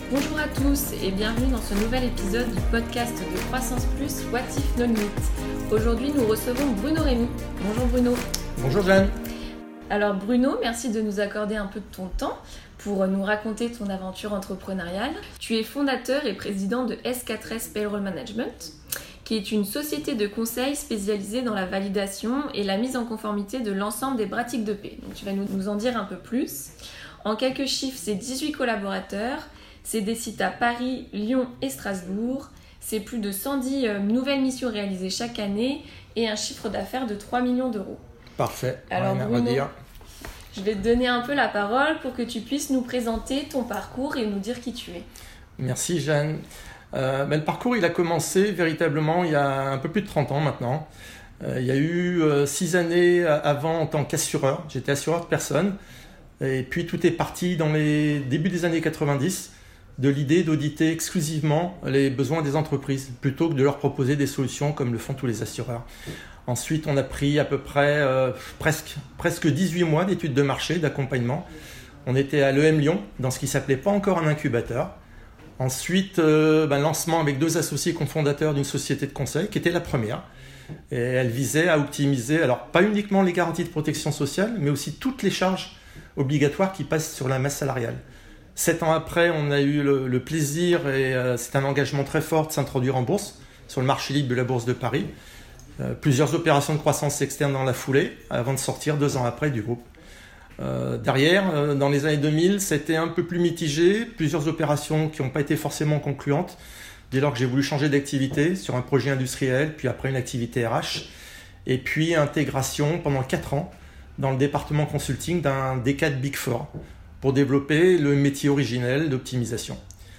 Bonjour à tous et bienvenue dans ce nouvel épisode du podcast de Croissance Plus What If No Limit. Aujourd'hui, nous recevons Bruno Rémy. Bonjour Bruno. Bonjour Jeanne. Alors Bruno, merci de nous accorder un peu de ton temps pour nous raconter ton aventure entrepreneuriale. Tu es fondateur et président de S4S Payroll Management, qui est une société de conseil spécialisée dans la validation et la mise en conformité de l'ensemble des pratiques de paie. Donc tu vas nous en dire un peu plus. En quelques chiffres, c'est 18 collaborateurs, c'est des sites à Paris, Lyon et Strasbourg, c'est plus de 110 nouvelles missions réalisées chaque année et un chiffre d'affaires de 3 millions d'euros. Parfait, Alors rien à Bruno, redire. Je vais te donner un peu la parole pour que tu puisses nous présenter ton parcours et nous dire qui tu es. Merci Jeanne. Le parcours il a commencé véritablement il y a un peu plus de 30 ans maintenant. Il y a eu 6 années avant en tant qu'assureur. J'étais assureur de personnes. Et puis tout est parti dans les débuts des années 90 de l'idée d'auditer exclusivement les besoins des entreprises plutôt que de leur proposer des solutions comme le font tous les assureurs. Ensuite, on a pris à peu près presque 18 mois d'études de marché, d'accompagnement. On était à l'EM Lyon, dans ce qui ne s'appelait pas encore un incubateur. Ensuite, lancement avec 2 associés cofondateurs d'une société de conseil, qui était la première. Et elle visait à optimiser, alors pas uniquement les garanties de protection sociale, mais aussi toutes les charges obligatoires qui passent sur la masse salariale. 7 ans après, on a eu le plaisir, et c'est un engagement très fort, de s'introduire en bourse, sur le marché libre de la Bourse de Paris. Plusieurs opérations de croissance externe dans la foulée, avant de sortir 2 ans après du groupe. Derrière, dans les années 2000, c'était un peu plus mitigé, plusieurs opérations qui n'ont pas été forcément concluantes, dès lors que j'ai voulu changer d'activité sur un projet industriel, puis après une activité RH, et puis intégration pendant 4 ans dans le département consulting d'un des 4 Big Four, pour développer le métier originel d'optimisation.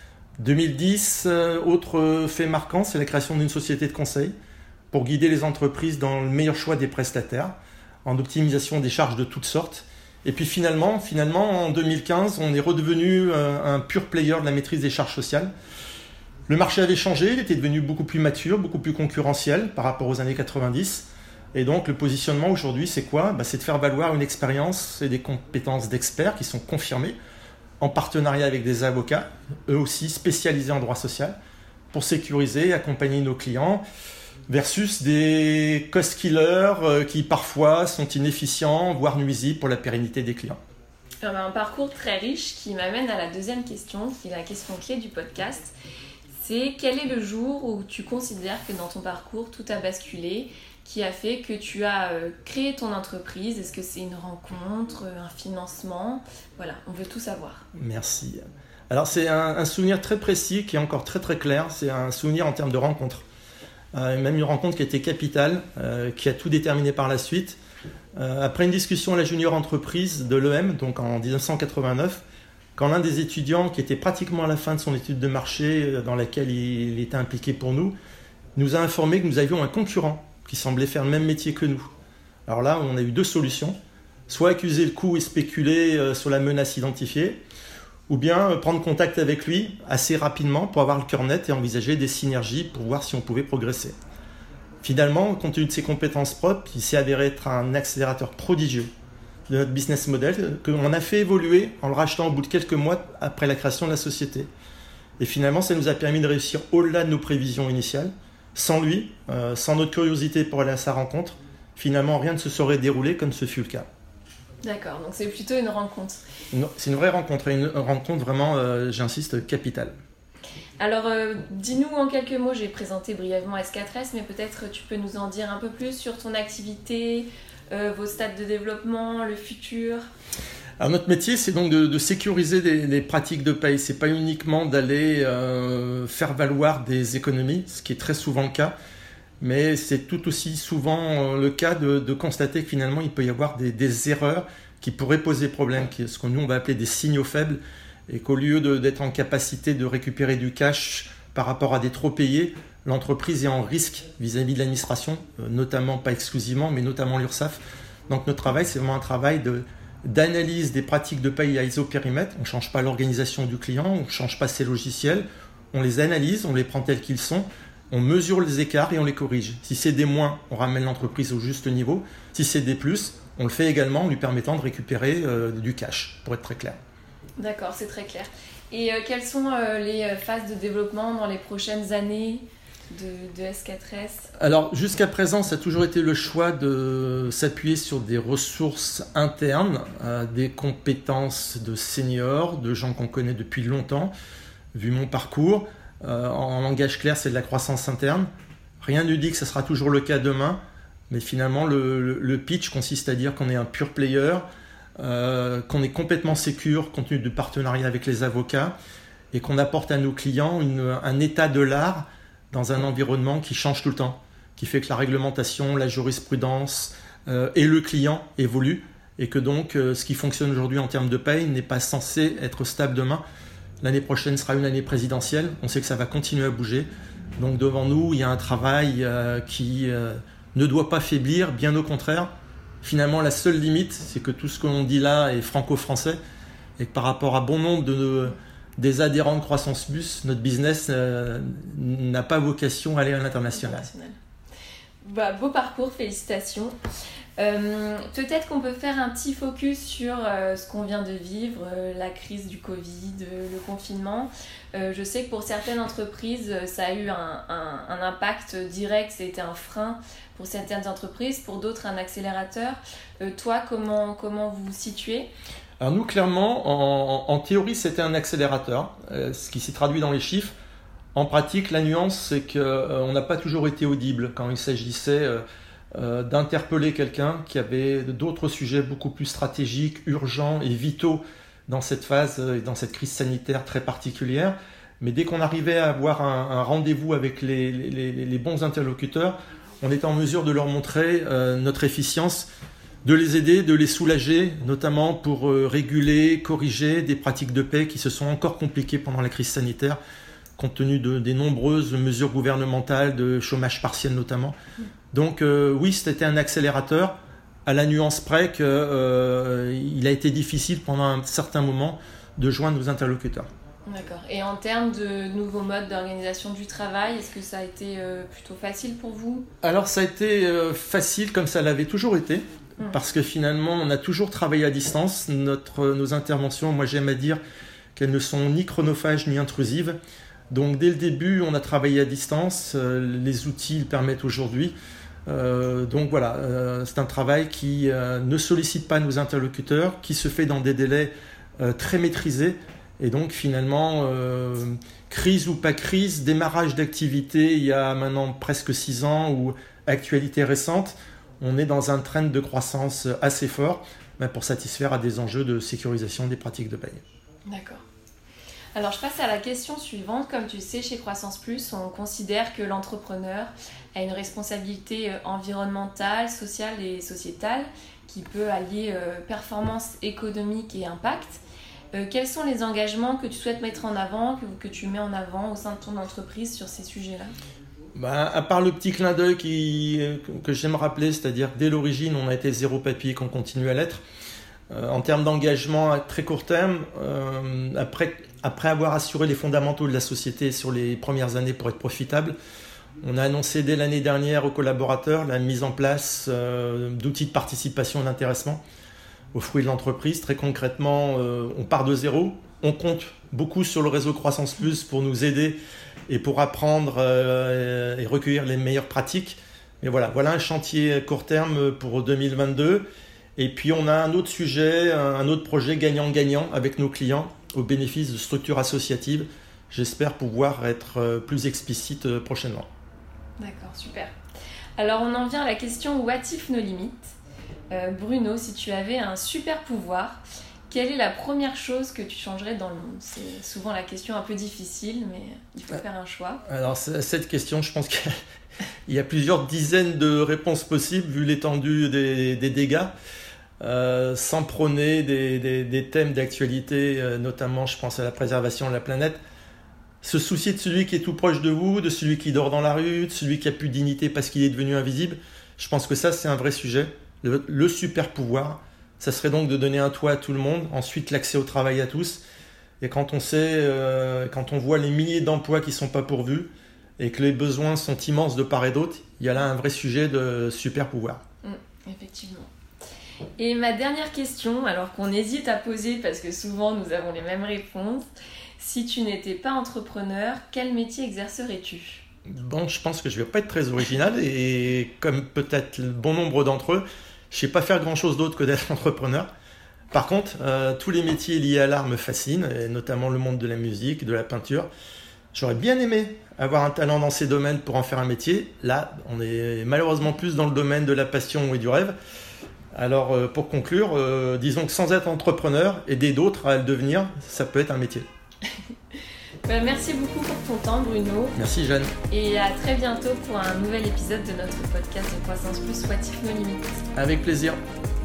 2010, autre fait marquant, c'est la création d'une société de conseil pour guider les entreprises dans le meilleur choix des prestataires, en optimisation des charges de toutes sortes. Et puis finalement, en 2015, on est redevenu un pur player de la maîtrise des charges sociales. Le marché avait changé, il était devenu beaucoup plus mature, beaucoup plus concurrentiel par rapport aux années 90. Et donc le positionnement aujourd'hui, c'est quoi ? C'est de faire valoir une expérience et des compétences d'experts qui sont confirmées en partenariat avec des avocats, eux aussi spécialisés en droit social, pour sécuriser et accompagner nos clients, versus des cost killers qui parfois sont inefficients, voire nuisibles pour la pérennité des clients. Un parcours très riche qui m'amène à la deuxième question, qui est la question clé du podcast. C'est quel est le jour où tu considères que dans ton parcours, tout a basculé, qui a fait que tu as créé ton entreprise? Est-ce que c'est une rencontre, un financement? Voilà, on veut tout savoir. Merci. Alors c'est un souvenir très précis qui est encore très très clair. C'est un souvenir en termes de rencontre. Même une rencontre qui a été capitale, qui a tout déterminé par la suite. Après une discussion à la junior entreprise de l'EM, donc en 1989, quand l'un des étudiants qui était pratiquement à la fin de son étude de marché dans laquelle il était impliqué pour nous a informé que nous avions un concurrent qui semblait faire le même métier que nous. Alors là, on a eu 2 solutions. Soit accuser le coup et spéculer sur la menace identifiée, ou bien prendre contact avec lui assez rapidement pour avoir le cœur net et envisager des synergies pour voir si on pouvait progresser. Finalement, compte tenu de ses compétences propres, il s'est avéré être un accélérateur prodigieux de notre business model qu'on a fait évoluer en le rachetant au bout de quelques mois après la création de la société. Et finalement, ça nous a permis de réussir au-delà de nos prévisions initiales. Sans lui, sans notre curiosité pour aller à sa rencontre, finalement rien ne se serait déroulé comme ce fut le cas. D'accord, donc c'est plutôt une rencontre. Non, c'est une vraie rencontre, et une rencontre vraiment, j'insiste, capitale. Alors, dis-nous en quelques mots, j'ai présenté brièvement S4S, mais peut-être tu peux nous en dire un peu plus sur ton activité, vos stades de développement, le futur. Alors notre métier, c'est donc de sécuriser des pratiques de paye. C'est pas uniquement d'aller faire valoir des économies, ce qui est très souvent le cas, mais c'est tout aussi souvent le cas de constater que finalement il peut y avoir des erreurs qui pourraient poser problème, ce que nous on va appeler des signaux faibles, et qu'au lieu d'être en capacité de récupérer du cash par rapport à des trop payés, l'entreprise est en risque vis-à-vis de l'administration, notamment, pas exclusivement, mais notamment l'URSSAF. Donc notre travail, c'est vraiment un travail d'analyse des pratiques de paye à isopérimètre. On ne change pas l'organisation du client, on ne change pas ses logiciels, on les analyse, on les prend tels qu'ils sont, on mesure les écarts et on les corrige. Si c'est des moins, on ramène l'entreprise au juste niveau. Si c'est des plus, on le fait également en lui permettant de récupérer du cash, pour être très clair. D'accord, c'est très clair. Et quelles sont les phases de développement dans les prochaines années de S4S? Alors jusqu'à présent, ça a toujours été le choix de s'appuyer sur des ressources internes, des compétences de seniors, de gens qu'on connaît depuis longtemps. Vu mon parcours, en langage clair, c'est de la croissance interne. Rien ne dit que ça sera toujours le cas demain, mais finalement le pitch consiste à dire qu'on est un pure player, qu'on est complètement sécure compte tenu du partenariat avec les avocats et qu'on apporte à nos clients un état de l'art dans un environnement qui change tout le temps, qui fait que la réglementation, la jurisprudence et le client évoluent et que donc ce qui fonctionne aujourd'hui en termes de paye n'est pas censé être stable demain. L'année prochaine sera une année présidentielle, on sait que ça va continuer à bouger. Donc devant nous, il y a un travail qui ne doit pas faiblir, bien au contraire. Finalement, la seule limite, c'est que tout ce que l'on dit là est franco-français et que par rapport à bon nombre des adhérents de Croissance Plus, notre business n'a pas vocation à aller à l'international. Beau parcours, félicitations. Peut-être qu'on peut faire un petit focus sur ce qu'on vient de vivre, la crise du Covid, le confinement. Je sais que pour certaines entreprises, ça a eu un impact direct, c'était un frein pour certaines entreprises, pour d'autres un accélérateur. Toi, comment vous vous situez ? Alors nous, clairement, en théorie, c'était un accélérateur, ce qui s'est traduit dans les chiffres. En pratique, la nuance, c'est qu'on n'a pas toujours été audible quand il s'agissait d'interpeller quelqu'un qui avait d'autres sujets beaucoup plus stratégiques, urgents et vitaux dans cette phase, dans cette crise sanitaire très particulière. Mais dès qu'on arrivait à avoir un rendez-vous avec les bons interlocuteurs, on était en mesure de leur montrer notre efficience, de les aider, de les soulager, notamment pour réguler, corriger des pratiques de paie qui se sont encore compliquées pendant la crise sanitaire, compte tenu des nombreuses mesures gouvernementales, de chômage partiel notamment. Donc oui, c'était un accélérateur, à la nuance près qu'il a été difficile pendant un certain moment de joindre nos interlocuteurs. D'accord. Et en termes de nouveaux modes d'organisation du travail, est-ce que ça a été plutôt facile pour vous ? Alors ça a été facile comme ça l'avait toujours été, parce que finalement on a toujours travaillé à distance. Nos interventions, moi j'aime à dire qu'elles ne sont ni chronophages ni intrusives. Donc dès le début on a travaillé à distance, les outils le permettent aujourd'hui. Donc voilà, c'est un travail qui ne sollicite pas nos interlocuteurs, qui se fait dans des délais très maîtrisés. Et donc finalement, crise ou pas crise, démarrage d'activité il y a maintenant presque 6 ans ou actualité récente, on est dans un trend de croissance assez fort pour satisfaire à des enjeux de sécurisation des pratiques de paie. D'accord. Alors je passe à la question suivante. Comme tu sais, chez Croissance Plus, on considère que l'entrepreneur a une responsabilité environnementale, sociale et sociétale qui peut allier performance économique et impact. Quels sont les engagements que tu souhaites mettre en avant, que tu mets en avant au sein de ton entreprise sur ces sujets-là ? À part le petit clin d'œil que j'aime rappeler, c'est-à-dire dès l'origine, on a été zéro papier, qu'on continue à l'être. En termes d'engagement à très court terme, après avoir assuré les fondamentaux de la société sur les premières années pour être profitable, on a annoncé dès l'année dernière aux collaborateurs la mise en place d'outils de participation et d'intéressement aux fruits de l'entreprise. Très concrètement, on part de zéro. On compte beaucoup sur le réseau Croissance Plus pour nous aider et pour apprendre et recueillir les meilleures pratiques. Mais voilà un chantier court terme pour 2022. Et puis on a un autre sujet, un autre projet gagnant-gagnant avec nos clients au bénéfice de structures associatives. J'espère pouvoir être plus explicite prochainement. D'accord, super. Alors on en vient à la question What if nos limites ? Bruno, si tu avais un super pouvoir, quelle est la première chose que tu changerais dans le monde ? C'est souvent la question un peu difficile, mais il faut faire un choix. Alors cette question, je pense qu'il y a plusieurs dizaines de réponses possibles vu l'étendue des dégâts. Sans prôner des thèmes d'actualité, notamment je pense à la préservation de la planète. Se soucier de celui qui est tout proche de vous, de celui qui dort dans la rue, de celui qui a plus de dignité parce qu'il est devenu invisible. Je pense que ça c'est un vrai sujet. Le super pouvoir, ça serait donc de donner un toit à tout le monde, ensuite l'accès au travail à tous. Et quand on sait, quand on voit les milliers d'emplois qui ne sont pas pourvus et que les besoins sont immenses de part et d'autre, il y a là un vrai sujet de super pouvoir. Effectivement. Et ma dernière question, alors qu'on hésite à poser parce que souvent nous avons les mêmes réponses, Si tu n'étais pas entrepreneur, quel métier exercerais-tu ? Bon, je pense que je ne vais pas être très original et comme peut-être le bon nombre d'entre eux, je ne sais pas faire grand-chose d'autre que d'être entrepreneur. Par contre, tous les métiers liés à l'art me fascinent, et notamment le monde de la musique, de la peinture. J'aurais bien aimé avoir un talent dans ces domaines pour en faire un métier. Là, on est malheureusement plus dans le domaine de la passion et du rêve. Alors, pour conclure, disons que sans être entrepreneur, aider d'autres à le devenir, ça peut être un métier. Merci beaucoup pour ton temps, Bruno. Merci, Jeanne. Et à très bientôt pour un nouvel épisode de notre podcast de Croissance Plus, What If No Limits. Avec plaisir.